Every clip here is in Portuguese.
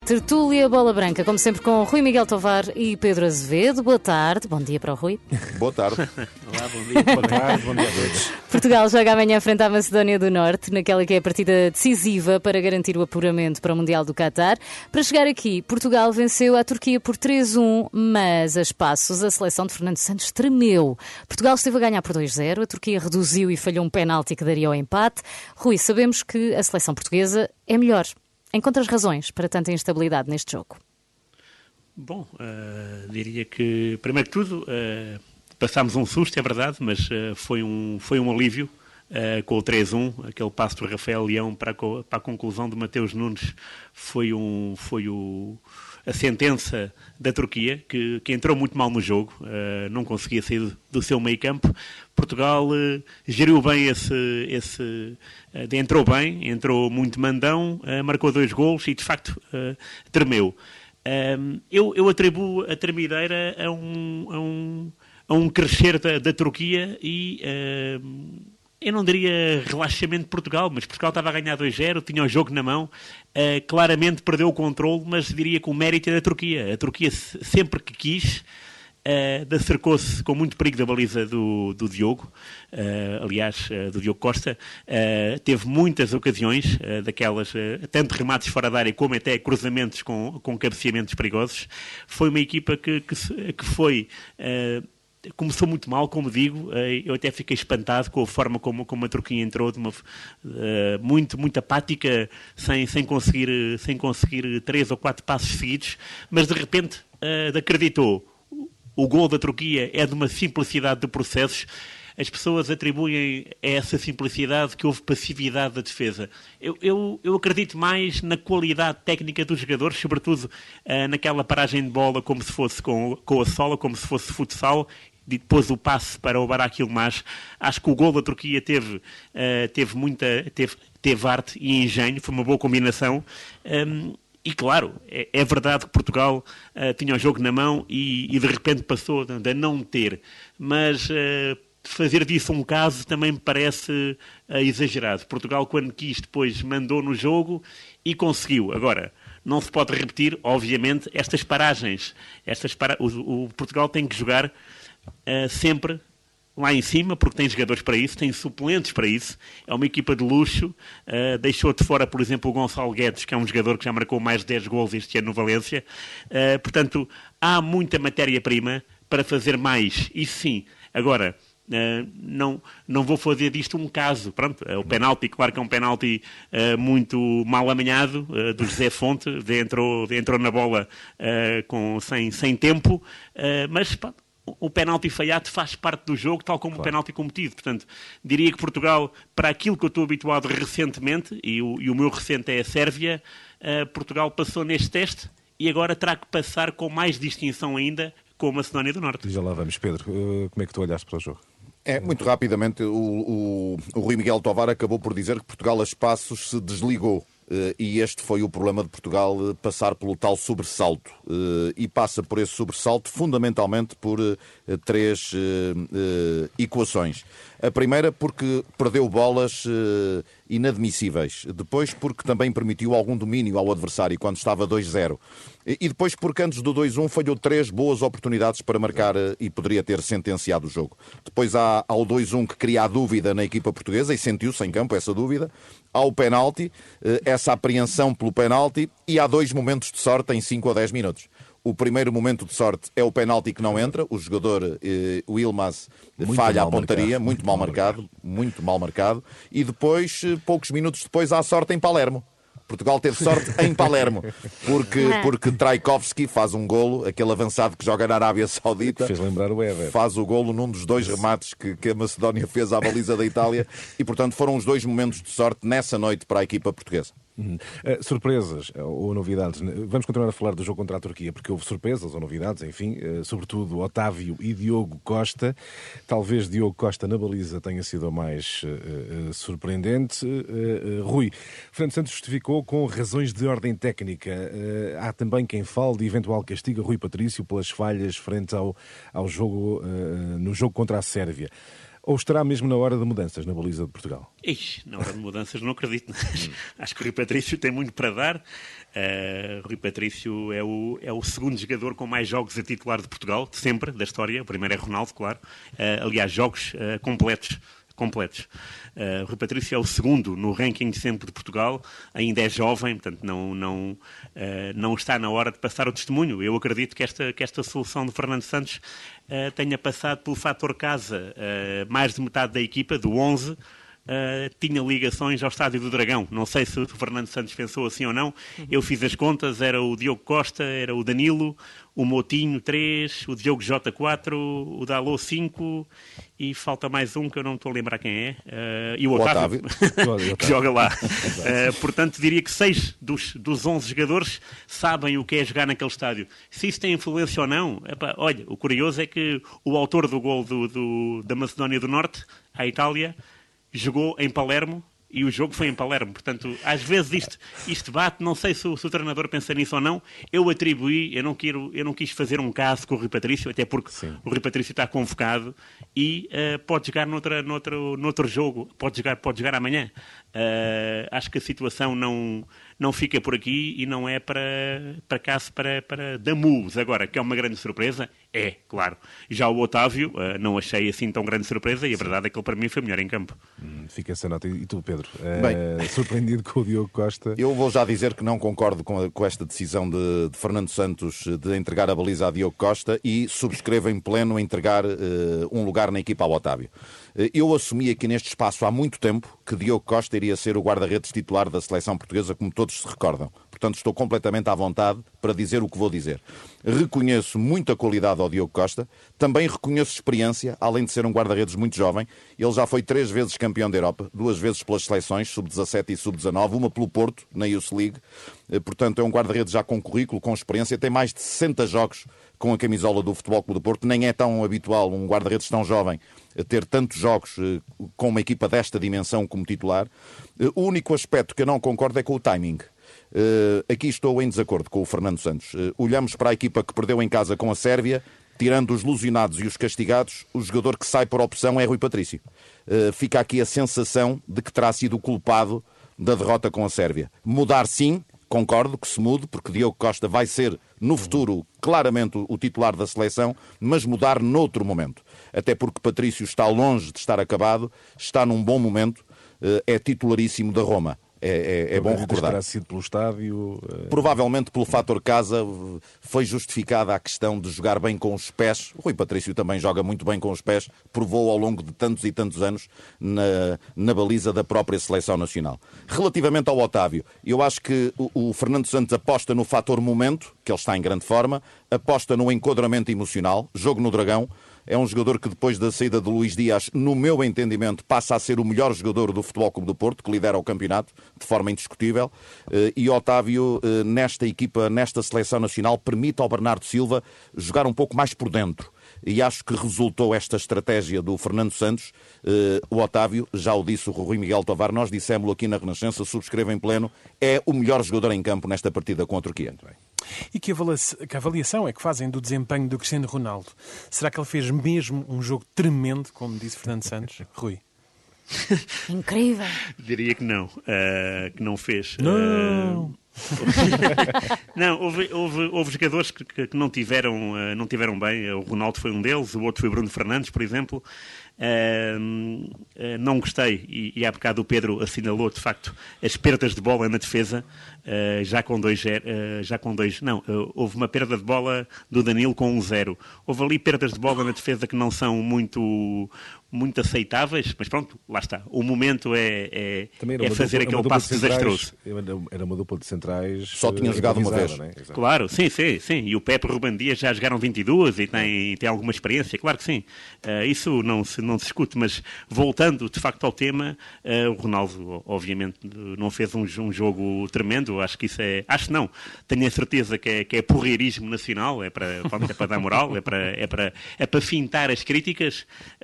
Tertúlia Bola Branca, como sempre com Rui Miguel Tovar e Pedro Azevedo. Boa tarde, bom dia para o Rui. Boa tarde. Olá, bom dia. Boa tarde, bom dia a todos. Portugal joga amanhã frente à Macedónia do Norte, naquela que é a partida decisiva para garantir o apuramento para o Mundial do Qatar. Para chegar aqui, Portugal venceu a Turquia por 3-1, mas a espaços a seleção de Fernando Santos tremeu. Portugal esteve a ganhar por 2-0, a Turquia reduziu e falhou um penalti que daria ao empate. Rui, sabemos que a seleção portuguesa é melhor. Encontras razões para tanta instabilidade neste jogo? Bom, diria que, primeiro que tudo, passámos um susto, é verdade, mas foi um alívio com o 3-1. Aquele passo do Rafael Leão para a conclusão de Mateus Nunes foi a sentença da Turquia, que entrou muito mal no jogo, não conseguia sair do seu meio campo. Portugal geriu bem entrou bem, entrou muito mandão, marcou 2 golos e de facto tremeu. Eu atribuo a tremideira a um crescer da Turquia e eu não diria relaxamento de Portugal, mas Portugal estava a ganhar 2-0, tinha o jogo na mão, claramente perdeu o controle, mas diria que o mérito é da Turquia. A Turquia sempre que quis cercou-se com muito perigo da baliza do Diogo, do Diogo Costa, teve muitas ocasiões daquelas, tanto remates fora da área como até cruzamentos com cabeceamentos perigosos. Foi uma equipa que foi... começou muito mal, como digo, eu até fiquei espantado com a forma como a Turquia entrou, muito apática, sem conseguir 3 ou 4 passos seguidos, mas de repente acreditou. O gol da Turquia é de uma simplicidade de processos. As pessoas atribuem a essa simplicidade que houve passividade da defesa. Eu acredito mais na qualidade técnica dos jogadores, sobretudo naquela paragem de bola como se fosse com a sola, como se fosse futsal, e depois o passe para o Barak Yilmaz. Acho que o gol da Turquia teve arte e engenho, foi uma boa combinação. E claro, é verdade que Portugal tinha o jogo na mão e de repente passou a não ter, mas fazer disso um caso também me parece exagerado. Portugal, quando quis, depois mandou no jogo e conseguiu. Agora, não se pode repetir, obviamente, estas paragens. O Portugal tem que jogar sempre lá em cima, porque tem jogadores para isso, tem suplentes para isso, é uma equipa de luxo, deixou de fora, por exemplo, o Gonçalo Guedes, que é um jogador que já marcou mais de 10 golos este ano no Valência, portanto, há muita matéria-prima para fazer mais, isso sim. Agora, não vou fazer disto um caso. Pronto, o penalti, claro que é um penalti muito mal amanhado, do José Fonte, entrou na bola sem tempo, mas o penalti falhado faz parte do jogo, tal como o penalti cometido. Portanto, diria que Portugal, para aquilo que eu estou habituado recentemente, e o meu recente é a Sérvia, Portugal passou neste teste e agora terá que passar com mais distinção ainda com a Macedónia do Norte. E já lá vamos, Pedro. Como é que tu olhaste para o jogo? Muito rapidamente, o Rui Miguel Tovar acabou por dizer que Portugal a espaços se desligou. E este foi o problema de Portugal, passar pelo tal sobressalto. E passa por esse sobressalto fundamentalmente por 3 equações. A primeira porque perdeu bolas inadmissíveis. Depois porque também permitiu algum domínio ao adversário quando estava 2-0. E depois porque antes do 2-1 falhou 3 boas oportunidades para marcar e poderia ter sentenciado o jogo. Depois há ao 2-1 que cria a dúvida na equipa portuguesa e sentiu-se em campo essa dúvida. Há o penalti, essa apreensão pelo penalti, e há 2 momentos de sorte em 5 ou 10 minutos. O primeiro momento de sorte é o penalti que não entra, o jogador, o Yilmaz, falha a pontaria, muito mal marcado, e depois, poucos minutos depois, há sorte em Palermo. Portugal teve sorte em Palermo, porque Trajkovski faz um golo, aquele avançado que joga na Arábia Saudita, fez lembrar o Éder. Faz o golo num dos 2 remates que a Macedónia fez à baliza da Itália, e portanto foram os 2 momentos de sorte nessa noite para a equipa portuguesa. Surpresas ou novidades? Vamos continuar a falar do jogo contra a Turquia, porque houve surpresas ou novidades, enfim, sobretudo Otávio e Diogo Costa. Talvez Diogo Costa na baliza tenha sido a mais surpreendente. Rui, Fernando Santos justificou com razões de ordem técnica. Há também quem fale de eventual castigo a Rui Patrício pelas falhas frente ao jogo, no jogo contra a Sérvia. Ou estará mesmo na hora de mudanças na baliza de Portugal? Na hora de mudanças não acredito. Acho que o Rui Patrício tem muito para dar. Rui Patrício é o segundo jogador com mais jogos a titular de Portugal, de sempre, da história. O primeiro é Ronaldo, claro. Aliás, jogos completos. Rui Patrício é o segundo no ranking de sempre de Portugal, ainda é jovem, portanto não está na hora de passar o testemunho. Eu acredito que esta solução de Fernando Santos tenha passado pelo fator casa. Mais de metade da equipa, do 11, tinha ligações ao Estádio do Dragão. Não sei se o Fernando Santos pensou assim ou não. Eu fiz as contas, era o Diogo Costa, era o Danilo, o Moutinho 3, o Diogo Jota 4, o Dalot 5 e falta mais um que eu não estou a lembrar quem é, e o Otávio. Que joga lá. Portanto, diria que 6 dos 11 jogadores sabem o que é jogar naquele estádio. Se isso tem influência ou não, olha, o curioso é que o autor do gol da Macedónia do Norte, à Itália, jogou em Palermo e o jogo foi em Palermo. Portanto, às vezes isto bate, não sei se o treinador pensa nisso ou não. Eu não quis fazer um caso com o Rui Patrício, até porque o Rui Patrício está convocado e pode jogar noutro jogo, pode jogar amanhã. Acho que a situação não fica por aqui e não é para caso para Damus. Agora, que é uma grande surpresa, claro. Já o Otávio, não achei assim tão grande surpresa e a verdade é que ele para mim foi melhor em campo. Fica essa nota. E tu, Pedro? Surpreendido com o Diogo Costa? Eu vou já dizer que não concordo com esta decisão de Fernando Santos de entregar a baliza a Diogo Costa e subscrevo em pleno entregar um lugar na equipa ao Otávio. Eu assumi aqui neste espaço há muito tempo que Diogo Costa iria ser o guarda-redes titular da seleção portuguesa, como todos se recordam. Portanto, estou completamente à vontade para dizer o que vou dizer. Reconheço muita qualidade ao Diogo Costa, também reconheço experiência, além de ser um guarda-redes muito jovem. Ele já foi 3 vezes campeão da Europa, 2 vezes pelas seleções, sub-17 e sub-19, uma pelo Porto, na Youth League. Portanto, é um guarda-redes já com currículo, com experiência, tem mais de 60 jogos com a camisola do Futebol Clube do Porto. Nem é tão habitual um guarda-redes tão jovem ter tantos jogos com uma equipa desta dimensão como titular. O único aspecto que eu não concordo é com o timing. Aqui estou em desacordo com o Fernando Santos. Olhamos para a equipa que perdeu em casa com a Sérvia, tirando os lesionados e os castigados, o jogador que sai por opção é Rui Patrício. Fica aqui a sensação de que terá sido o culpado da derrota com a Sérvia. Mudar sim, concordo que se mude, porque Diogo Costa vai ser no futuro claramente o titular da seleção, mas mudar noutro momento. Até porque Patrício está longe de estar acabado, está num bom momento, é titularíssimo da Roma. É bom recordar. Terá sido pelo estádio? Provavelmente pelo fator casa foi justificada a questão de jogar bem com os pés. O Rui Patrício também joga muito bem com os pés, provou ao longo de tantos e tantos anos na baliza da própria seleção nacional. Relativamente ao Otávio, eu acho que o Fernando Santos aposta no fator momento, que ele está em grande forma, aposta no enquadramento emocional, jogo no Dragão. É um jogador que depois da saída de Luís Dias, no meu entendimento, passa a ser o melhor jogador do Futebol Clube do Porto, que lidera o campeonato de forma indiscutível. E Otávio, nesta equipa, nesta seleção nacional, permite ao Bernardo Silva jogar um pouco mais por dentro. E acho que resultou esta estratégia do Fernando Santos. O Otávio, já o disse o Rui Miguel Tovar, nós dissemos-lo aqui na Renascença, subscrevo em pleno, é o melhor jogador em campo nesta partida com a Turquia. E que avaliação é que fazem do desempenho do Cristiano Ronaldo? Será que ele fez mesmo um jogo tremendo, como disse Fernando Santos? Rui? Incrível. Diria que não. Que não fez. Não! Não, houve jogadores que não tiveram bem. O Ronaldo foi um deles, o outro foi o Bruno Fernandes, por exemplo. Não gostei, e há bocado o Pedro assinalou de facto as perdas de bola na defesa, já com 2-0, houve uma perda de bola do Danilo com 1-0. Houve ali perdas de bola na defesa que não são muito aceitáveis, mas pronto, lá está. O momento é fazer aquele passo desastroso. Era uma dupla de centrais. Só tinha jogado uma vez. Né? Claro, sim. E o Pepe e o Ruben Dias já jogaram 22 e tem alguma experiência, claro que sim. Isso não se discute, mas voltando de facto ao tema, o Ronaldo obviamente não fez um jogo tremendo. Acho que isso tenho a certeza que é porreirismo nacional, é para dar moral, é para fintar as críticas.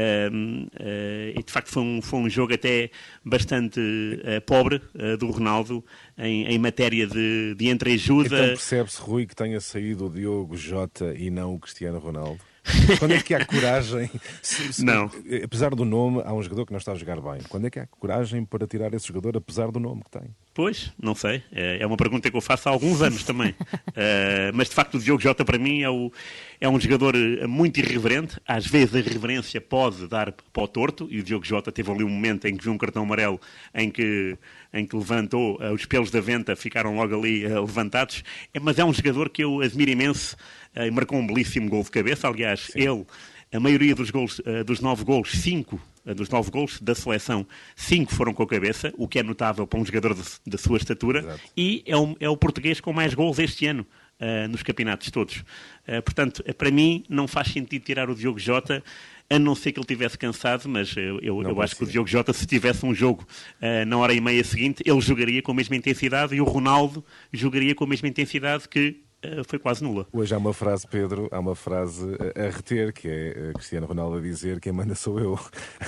E de facto foi um jogo até bastante pobre do Ronaldo em matéria de entreajuda. Então percebe-se, Rui, que tenha saído o Diogo Jota e não o Cristiano Ronaldo? Quando é que há coragem? Não. Apesar do nome, há um jogador que não está a jogar bem. Quando é que há coragem para tirar esse jogador, apesar do nome que tem? Pois, não sei. É uma pergunta que eu faço há alguns anos também. Mas, de facto, o Diogo Jota, para mim, é um jogador muito irreverente. Às vezes a irreverência pode dar para o torto, e o Diogo Jota teve ali um momento em que viu um cartão amarelo em que levantou, os pelos da venta ficaram logo ali levantados. Mas é um jogador que eu admiro imenso e marcou um belíssimo gol de cabeça. Aliás, ele, a maioria dos gols, dos 9 gols, 5 dos 9 gols da seleção, 5 foram com a cabeça, o que é notável para um jogador da sua estatura. Exato. E é o português com mais gols este ano nos campeonatos todos. Portanto, para mim, não faz sentido tirar o Diogo Jota, a não ser que ele estivesse cansado, mas eu acho que o Diogo Jota, se tivesse um jogo na hora e meia seguinte, ele jogaria com a mesma intensidade e o Ronaldo jogaria com a mesma intensidade que foi quase nula. Hoje há uma frase, Pedro, há uma frase a reter, que é Cristiano Ronaldo a dizer: quem manda sou eu.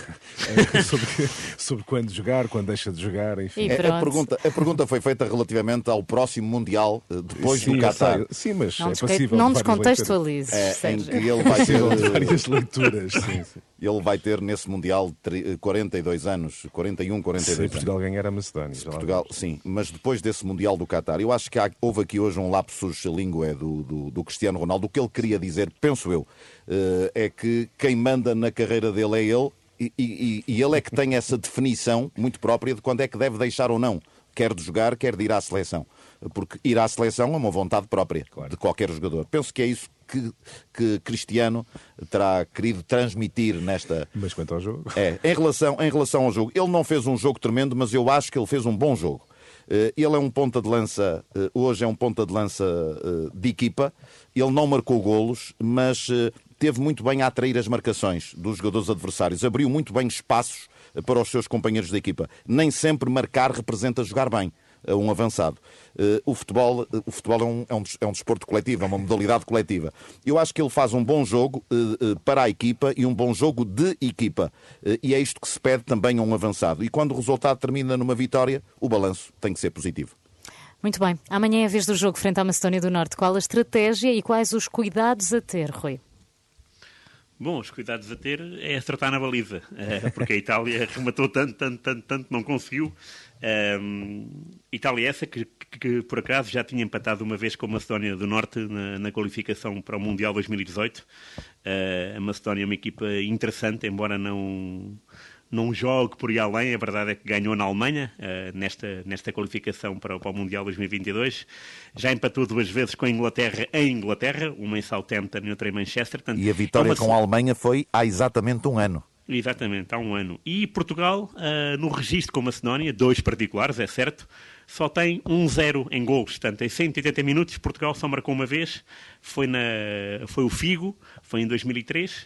sobre quando jogar, quando deixa de jogar, enfim. A pergunta foi feita relativamente ao próximo Mundial, depois do Qatar. Sim, mas não é passível. Não descontextualizes. Em que ele vai ter várias leituras. Sim. Ele vai ter nesse Mundial 42 anos, 41, 42 Se anos. Portugal ganhar a Macedónia. Portugal, sim, mas depois desse Mundial do Qatar, eu acho que houve aqui hoje um lapsus linguae do Cristiano Ronaldo. O que ele queria dizer, penso eu, é que quem manda na carreira dele é ele, e ele é que tem essa definição muito própria de quando é que deve deixar ou não, quer de jogar, quer de ir à seleção. Porque ir à seleção é uma vontade própria, claro, de qualquer jogador. Penso que é isso que Cristiano terá querido transmitir nesta... Mas quanto ao jogo? Em relação ao jogo. Ele não fez um jogo tremendo, mas eu acho que ele fez um bom jogo. Ele é um ponta de lança, hoje é um ponta de lança de equipa. Ele não marcou golos, mas teve muito bem a atrair as marcações dos jogadores adversários. Abriu muito bem espaços para os seus companheiros de equipa. Nem sempre marcar representa jogar bem a um avançado. O futebol é um desporto coletivo, é uma modalidade coletiva. Eu acho que ele faz um bom jogo para a equipa e um bom jogo de equipa. E é isto que se pede também a um avançado. E quando o resultado termina numa vitória, o balanço tem que ser positivo. Muito bem. Amanhã é a vez do jogo frente à Macedónia do Norte. Qual a estratégia e quais os cuidados a ter, Rui? Bom, os cuidados a ter é acertar na baliza, porque a Itália rematou tanto, não conseguiu. Itália essa que por acaso já tinha empatado uma vez com a Macedónia do Norte na qualificação para o Mundial 2018. A Macedónia é uma equipa interessante, embora não jogue por ir além. A verdade é que ganhou na Alemanha nesta qualificação para o Mundial 2022. Já empatou 2 vezes com a Inglaterra em Inglaterra, uma em Southampton e outra em Manchester. Portanto, e a vitória com a Alemanha foi há exatamente um ano. Exatamente, há um ano. E Portugal, no registro com a Macedónia, 2 particulares, é certo, só tem 1-0 em golos. Portanto, em 180 minutos, Portugal só marcou uma vez. Foi o Figo, foi em 2003,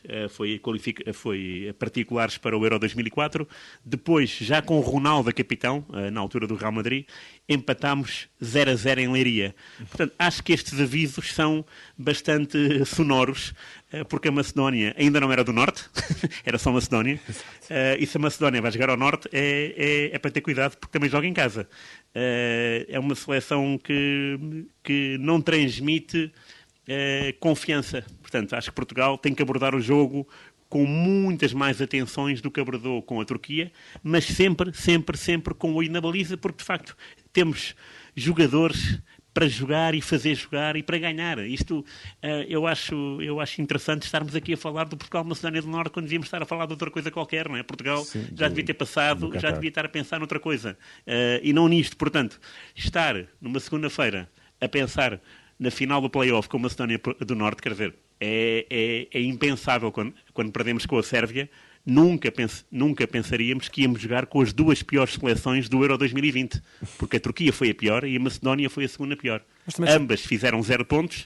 foi particulares para o Euro 2004. Depois, já com o Ronaldo a capitão, na altura do Real Madrid, empatámos 0-0 em Leiria. Portanto, acho que estes avisos são bastante sonoros, porque a Macedónia ainda não era do Norte, era só Macedónia, e se a Macedónia vai jogar ao Norte é para ter cuidado, porque também joga em casa. É uma seleção que não transmite confiança. Portanto, acho que Portugal tem que abordar o jogo com muitas mais atenções do que abordou com a Turquia, mas sempre com o olho na baliza, porque de facto temos jogadores para jogar e fazer jogar e para ganhar. Isto eu acho interessante estarmos aqui a falar do Portugal-Macedónia do Norte quando devíamos estar a falar de outra coisa qualquer, não é? Portugal já devia ter passado, já devia estar a pensar noutra coisa. E não nisto. Portanto, estar numa segunda-feira a pensar na final do play-off com a Macedónia do Norte, quer dizer, é impensável quando perdemos com a Sérvia. Nunca pensaríamos que íamos jogar com as 2 piores seleções do Euro 2020, porque a Turquia foi a pior e a Macedónia foi a segunda pior. Ambas fizeram 0 pontos,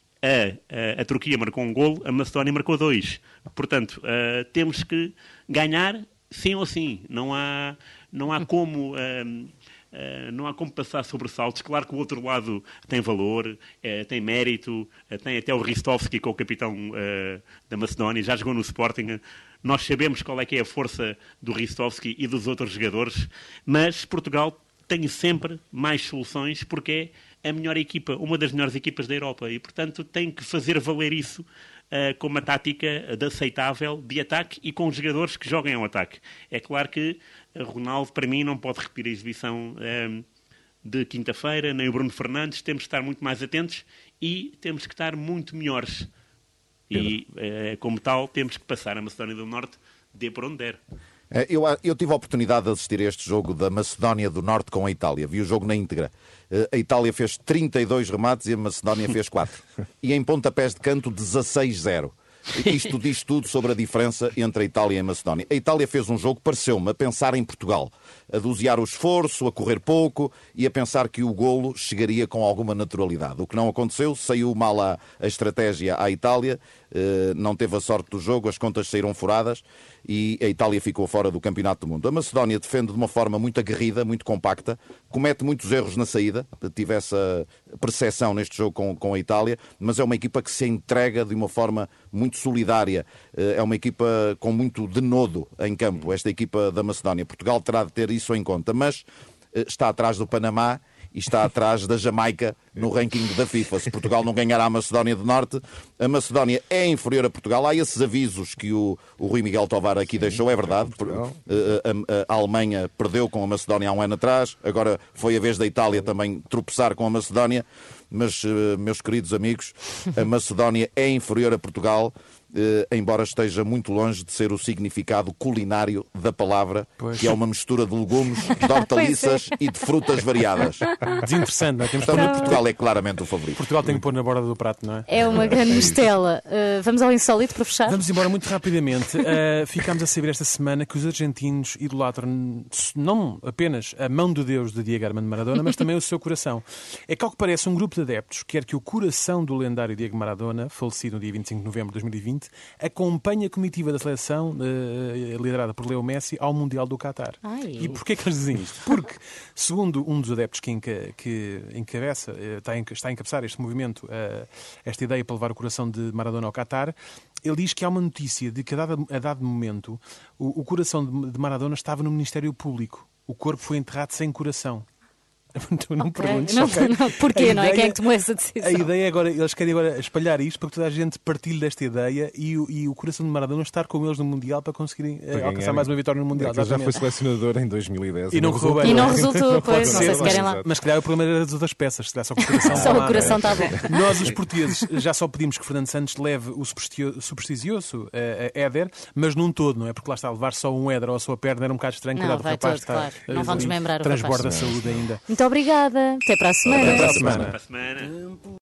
a Turquia marcou um golo, a Macedónia marcou 2. Portanto, temos que ganhar sim ou sim. Não há como... não há como passar sobressaltos. Claro que o outro lado tem valor, tem mérito, tem até o Ristovski, que é o capitão da Macedónia, já jogou no Sporting. Nós sabemos qual é que é a força do Ristovski e dos outros jogadores, mas Portugal tem sempre mais soluções porque a melhor equipa, uma das melhores equipas da Europa, e portanto tem que fazer valer isso com uma tática de aceitável de ataque e com jogadores que joguem ao ataque. É claro que Ronaldo, para mim, não pode repetir a exibição de quinta-feira, nem o Bruno Fernandes. Temos que estar muito mais atentos e temos que estar muito melhores. E, como tal, temos que passar a Macedónia do Norte, dê por onde der. Eu tive a oportunidade de assistir a este jogo da Macedónia do Norte com a Itália. Vi o jogo na íntegra. A Itália fez 32 remates e a Macedónia fez 4. E em pontapés de canto, 16-0. Isto diz tudo sobre a diferença entre a Itália e a Macedónia. A Itália fez um jogo, pareceu-me, a pensar em Portugal. A dosear o esforço, a correr pouco e a pensar que o golo chegaria com alguma naturalidade. O que não aconteceu, saiu mal a estratégia à Itália, não teve a sorte do jogo, as contas saíram furadas e a Itália ficou fora do Campeonato do Mundo. A Macedónia defende de uma forma muito aguerrida, muito compacta, comete muitos erros na saída, tive essa percepção neste jogo com a Itália, mas é uma equipa que se entrega de uma forma muito solidária, é uma equipa com muito denodo em campo, esta equipa da Macedónia. Portugal terá de ter isso em conta, mas está atrás do Panamá e está atrás da Jamaica no ranking da FIFA. Se Portugal não ganhar a Macedónia do Norte, a Macedónia é inferior a Portugal. Há esses avisos que o Rui Miguel Tovar aqui deixou, é verdade. A Alemanha perdeu com a Macedónia há um ano atrás, agora foi a vez da Itália também tropeçar com a Macedónia, mas, meus queridos amigos, a Macedónia é inferior a Portugal, embora esteja muito longe de ser o significado culinário da palavra, que é uma mistura de legumes, de hortaliças e de frutas variadas. Desinteressante, não é? Portanto, Portugal é claramente o favorito. Portugal tem que pôr na borda do prato, não é? É uma grande mistela. Vamos ao insólito para fechar? Vamos embora muito rapidamente. Ficámos a saber esta semana que os argentinos idolatram não apenas a mão de Deus de Diego Armando Maradona, mas também o seu coração. É que, ao que parece, um grupo de adeptos quer que o coração do lendário Diego Maradona, falecido no dia 25 de novembro de 2020, acompanhe a comitiva da seleção, liderada por Leo Messi, ao Mundial do Qatar. E porquê que eles dizem isto? Porque, segundo um dos adeptos que encabeça, está a encabeçar este movimento, esta ideia para levar o coração de Maradona ao Qatar, ele diz que há uma notícia de que, a dado momento, o coração de Maradona estava no Ministério Público. O corpo foi enterrado sem coração. Tu não perguntes. Não, porquê, não é? Quem é que tomou essa decisão? A ideia agora, eles querem agora espalhar isto para que toda a gente partilhe desta ideia e o coração de Maradona estar com eles no Mundial para conseguirem alcançar mais uma vitória no Mundial. Já foi selecionador em 2010 e não correu bem. E não resultou, pois, não sei se querem lá. Mas se calhar o problema era das outras peças, se dá só com o coração. Só o coração está bom. Nós, os portugueses, já só pedimos que Fernando Santos leve o supersticioso éder, mas num todo, não é? Porque lá está, levar só um éder ou a sua perna era um bocado estranho. Não, vai todo, claro. Não vão desmembrar o rapaz. Transborda a saúde ainda. Muito obrigada. Até para a semana. Até para a semana.